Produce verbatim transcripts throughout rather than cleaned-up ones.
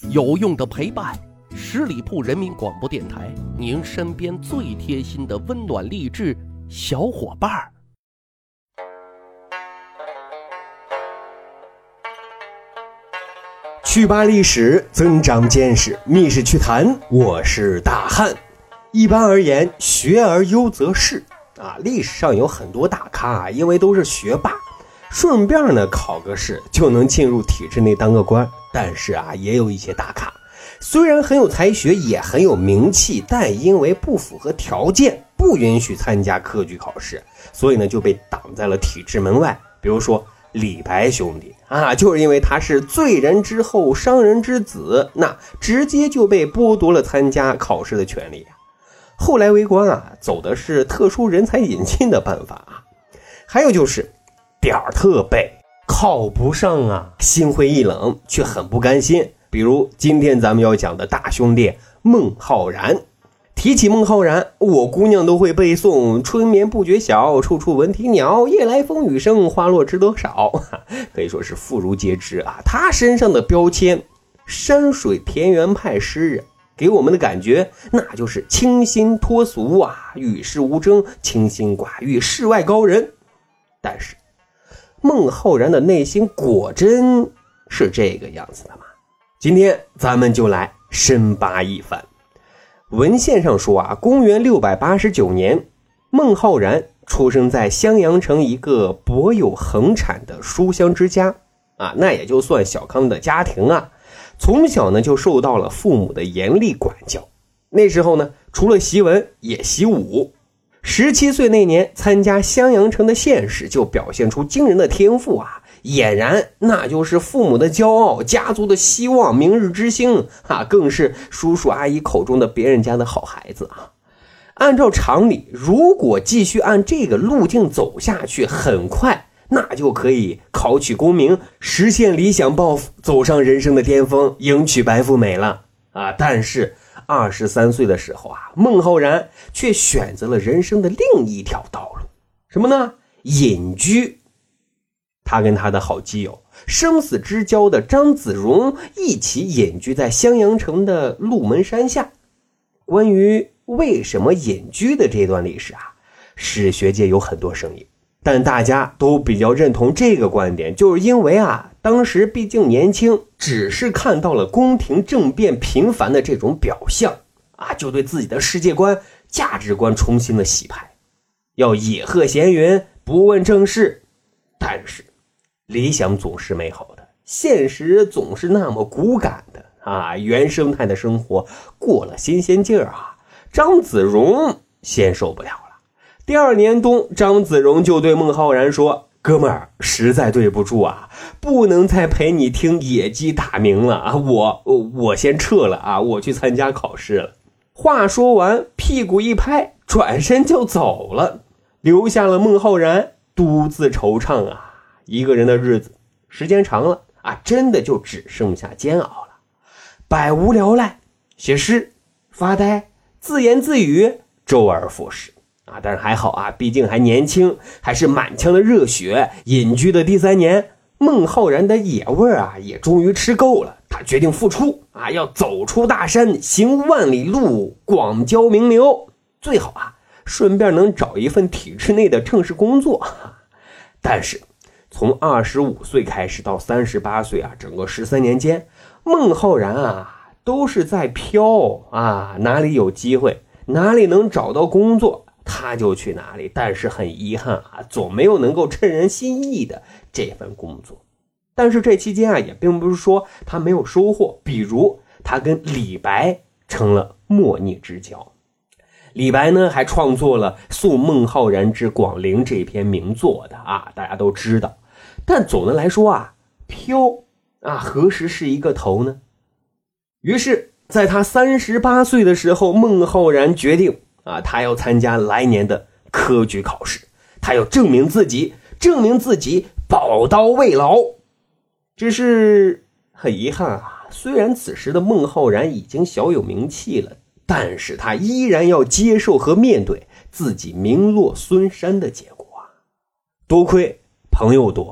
有用的陪伴，十里铺人民广播电台，您身边最贴心的温暖励志小伙伴儿。 去吧历史，增长见识，密室趣谈，我是大汉。一般而言，学而优则仕啊。历史上有很多大咖，因为都是学霸，顺便呢考个试就能进入体制内当个官。但是啊，也有一些大咖，虽然很有才学，也很有名气，但因为不符合条件，不允许参加科举考试，所以呢就被挡在了体制门外。比如说李白兄弟啊，就是因为他是罪人之后商人之子，那直接就被剥夺了参加考试的权利。后来为官啊，走的是特殊人才引进的办法啊。还有就是点儿特背，考不上啊，心灰意冷，却很不甘心。比如今天咱们要讲的大兄弟孟浩然。提起孟浩然，我姑娘都会背诵春眠不觉晓，处处闻啼鸟，夜来风雨声，花落知多少，可以说是妇孺皆知啊。他身上的标签山水田园派诗人，给我们的感觉那就是清新脱俗啊，与世无争，清心寡欲，世外高人。但是孟浩然的内心果真是这个样子的吗？今天咱们就来深扒一番。文献上说啊，公元六百八十九年，孟浩然出生在襄阳城一个薄有恒产的书香之家啊，那也就算小康的家庭啊。从小呢就受到了父母的严厉管教，那时候呢除了习文也习武。十七岁那年参加襄阳城的县试，就表现出惊人的天赋啊，俨然那就是父母的骄傲，家族的希望，明日之星啊，更是叔叔阿姨口中的别人家的好孩子啊。按照常理，如果继续按这个路径走下去，很快那就可以考取功名，实现理想抱负，走上人生的巅峰，迎娶白富美了啊。但是二十三岁的时候啊，孟浩然却选择了人生的另一条道路，什么呢？隐居。他跟他的好基友生死之交的张子荣一起隐居在襄阳城的鹿门山下。关于为什么隐居的这段历史啊，史学界有很多声音，但大家都比较认同这个观点，就是因为啊，当时毕竟年轻，只是看到了宫廷政变频繁的这种表象啊，就对自己的世界观、价值观重新的洗牌，要野鹤闲云，不问政事。但是理想总是美好的，现实总是那么骨感的啊，原生态的生活过了新鲜劲儿啊，张子荣先受不了了。第二年冬，张子荣就对孟浩然说，哥们儿，实在对不住啊，不能再陪你听野鸡打鸣了啊，我我先撤了啊，我去参加考试了。话说完，屁股一拍，转身就走了，留下了孟浩然独自惆怅啊。一个人的日子时间长了啊，真的就只剩下煎熬了。百无聊赖，写诗、发呆、自言自语，周而复始啊。但是还好啊，毕竟还年轻，还是满腔的热血。隐居的第三年，孟浩然的野味啊也终于吃够了，他决定复出啊，要走出大山，行万里路，广交名流，最好啊顺便能找一份体制内的正式工作。但是从二十五岁开始到三十八岁啊，整个十三年间，孟浩然啊都是在飘啊，哪里有机会，哪里能找到工作他就去哪里。但是很遗憾啊，总没有能够称人心意的这份工作。但是这期间啊，也并不是说他没有收获，比如他跟李白成了莫逆之交。李白呢还创作了《送孟浩然之广陵》这篇名作的啊，大家都知道。但总的来说啊，飘啊何时是一个头呢？于是在他三十八岁的时候，孟浩然决定啊，他要参加来年的科举考试，他要证明自己，证明自己宝刀未老。只是很遗憾啊，虽然此时的孟浩然已经小有名气了，但是他依然要接受和面对自己名落孙山的结果啊。多亏朋友多，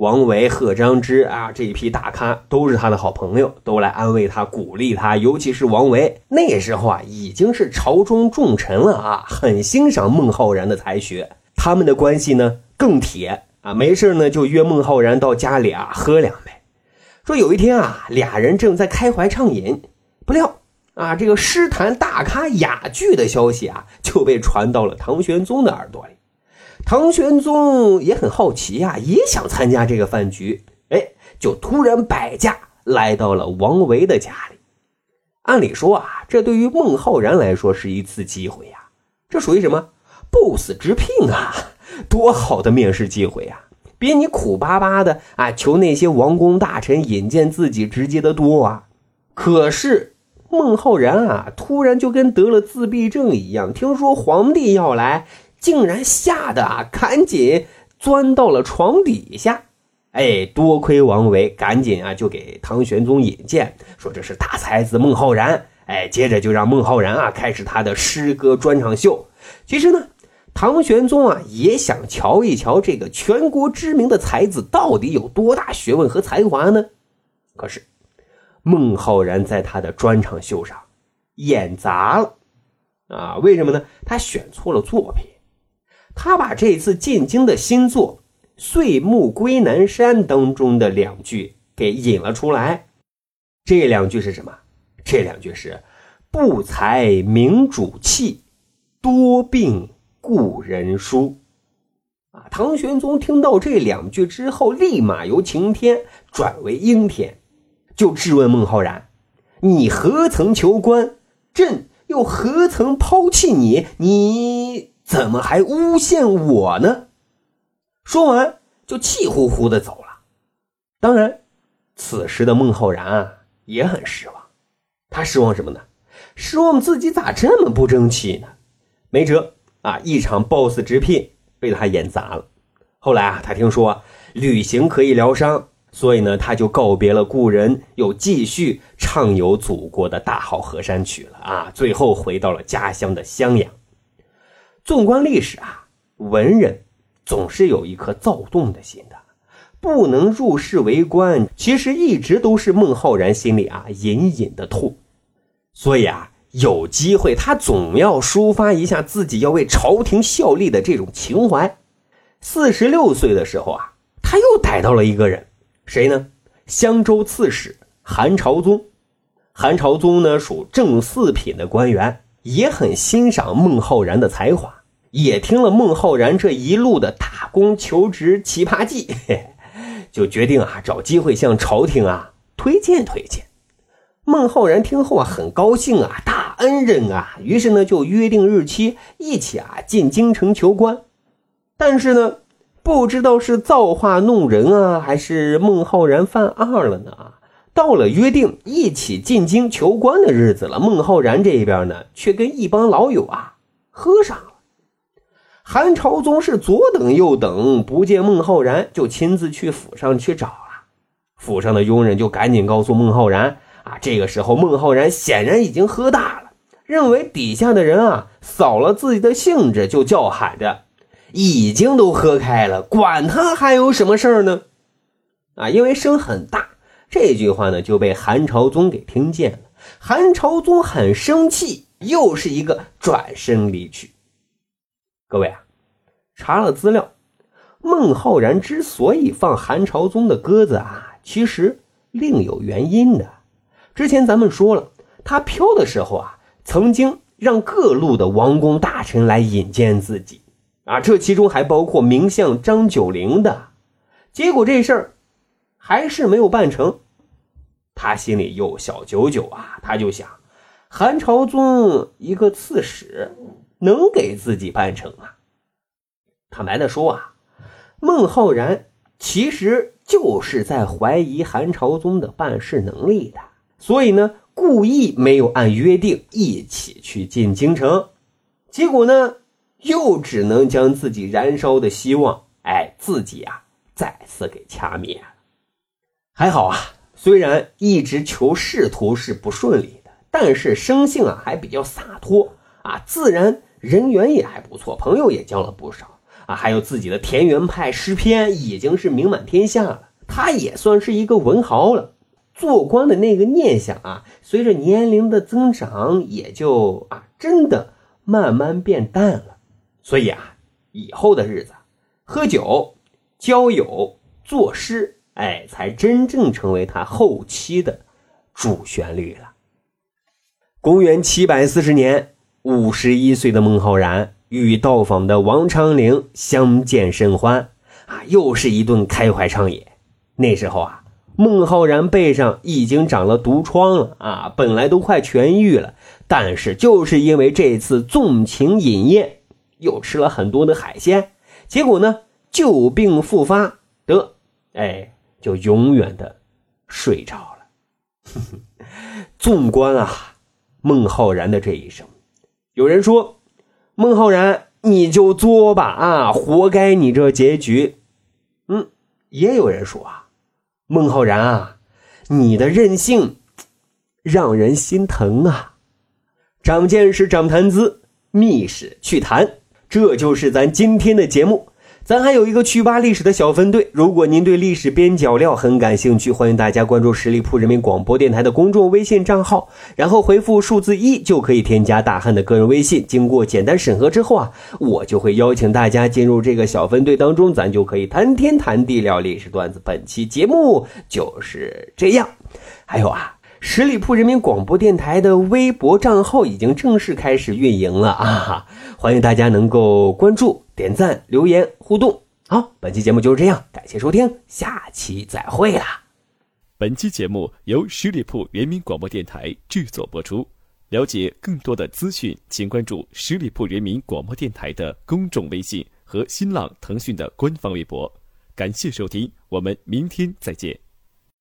王维、贺张之啊，这一批大咖都是他的好朋友，都来安慰他、鼓励他。尤其是王维，那时候啊已经是朝中重臣了啊，很欣赏孟浩然的才学。他们的关系呢更铁啊，没事呢就约孟浩然到家里啊喝两杯。说有一天啊，俩人正在开怀畅饮，不料啊这个诗坛大咖雅聚的消息啊就被传到了唐玄宗的耳朵里。唐玄宗也很好奇啊，也想参加这个饭局，哎，就突然摆驾来到了王维的家里。按理说啊，这对于孟浩然来说是一次机会呀，这属于什么不死之聘啊，多好的面试机会啊，比你苦巴巴的啊求那些王公大臣引荐自己直接的多啊。可是孟浩然啊，突然就跟得了自闭症一样，听说皇帝要来，竟然吓得啊，赶紧钻到了床底下。哎，多亏王维赶紧啊就给唐玄宗引荐，说这是大才子孟浩然。哎，接着就让孟浩然啊开始他的诗歌专场秀。其实呢，唐玄宗啊也想瞧一瞧这个全国知名的才子到底有多大学问和才华呢。可是孟浩然在他的专场秀上演砸了啊！为什么呢？他选错了作品。他把这次进京的新作《岁暮归南山》当中的两句给引了出来。这两句是什么？这两句是不才明主气，多病故人疏。啊，唐玄宗听到这两句之后，立马由晴天转为阴天，就质问孟浩然：你何曾求官？朕又何曾抛弃你？你怎么还诬陷我呢？说完就气呼呼的走了。当然此时的孟浩然啊也很失望。他失望什么呢？失望自己咋这么不争气呢？没辙啊，一场 boss 直聘被他演砸了。后来啊，他听说旅行可以疗伤，所以呢他就告别了故人，又继续畅游祖国的大好河山曲了啊，最后回到了家乡的襄阳。纵观历史啊，文人总是有一颗躁动的心的，不能入仕为官，其实一直都是孟浩然心里啊隐隐的痛。所以啊，有机会他总要抒发一下自己要为朝廷效力的这种情怀。四十六岁的时候啊，他又逮到了一个人，谁呢？襄州刺史韩朝宗。韩朝宗呢属正四品的官员，也很欣赏孟浩然的才华，也听了孟浩然这一路的打工求职奇葩记，就决定啊找机会向朝廷啊推荐推荐。孟浩然听后啊很高兴啊，大恩人啊，于是呢就约定日期一起啊进京城求官。但是呢不知道是造化弄人啊，还是孟浩然犯二了呢？到了约定一起进京求官的日子了，孟浩然这边呢却跟一帮老友啊喝上了。韩朝宗是左等右等，不见孟浩然，就亲自去府上去找了。府上的佣人就赶紧告诉孟浩然啊，这个时候孟浩然显然已经喝大了，认为底下的人啊扫了自己的兴致，就叫喊着已经都喝开了，管他还有什么事儿呢？啊，因为声很大，这句话呢就被韩朝宗给听见了。韩朝宗很生气，又是一个转身离去。各位啊，查了资料，孟浩然之所以放韩朝宗的鸽子啊，其实另有原因的。之前咱们说了，他飘的时候啊，曾经让各路的王公大臣来引荐自己啊，这其中还包括名相张九龄的。结果这事儿还是没有办成，他心里又小九九啊，他就想，韩朝宗一个刺史能给自己办成啊？坦白的说啊，孟浩然其实就是在怀疑韩朝宗的办事能力的，所以呢故意没有按约定一起去进京城，结果呢又只能将自己燃烧的希望哎自己啊再次给掐灭了。还好啊，虽然一直求仕途是不顺利的，但是生性啊还比较洒脱啊，自然人缘也还不错，朋友也交了不少啊，还有自己的田园派诗篇，已经是名满天下了。他也算是一个文豪了。做官的那个念想啊，随着年龄的增长，也就啊真的慢慢变淡了。所以啊，以后的日子，喝酒、交友、作诗，哎，才真正成为他后期的主旋律了。公元七百四十年，五十一岁的孟浩然与到访的王昌龄相见甚欢啊，又是一顿开怀畅饮。那时候啊，孟浩然背上已经长了毒疮了啊，本来都快痊愈了，但是就是因为这次纵情饮宴，又吃了很多的海鲜，结果呢旧病复发，得哎就永远的睡着了。纵观啊孟浩然的这一生，有人说孟浩然你就作吧啊，活该你这结局。嗯，也有人说啊孟浩然啊，你的任性让人心疼啊。长见识，长谈资，密史趣谈，这就是咱今天的节目。咱还有一个趣吧历史的小分队，如果您对历史边角料很感兴趣，欢迎大家关注十里铺人民广播电台的公众微信账号，然后回复数字一就可以添加大汉的个人微信。经过简单审核之后啊，我就会邀请大家进入这个小分队当中，咱就可以谈天谈地聊历史段子。本期节目就是这样。还有啊，十里铺人民广播电台的微博账号已经正式开始运营了啊，欢迎大家能够关注、点赞、留言、互动。好，本期节目就是这样，感谢收听，下期再会啦。 本期节目由十里铺人民广播电台制作播出。了解更多的资讯，请关注十里铺人民广播电台的公众微信和新浪、腾讯的官方微博。感谢收听，我们明天再见。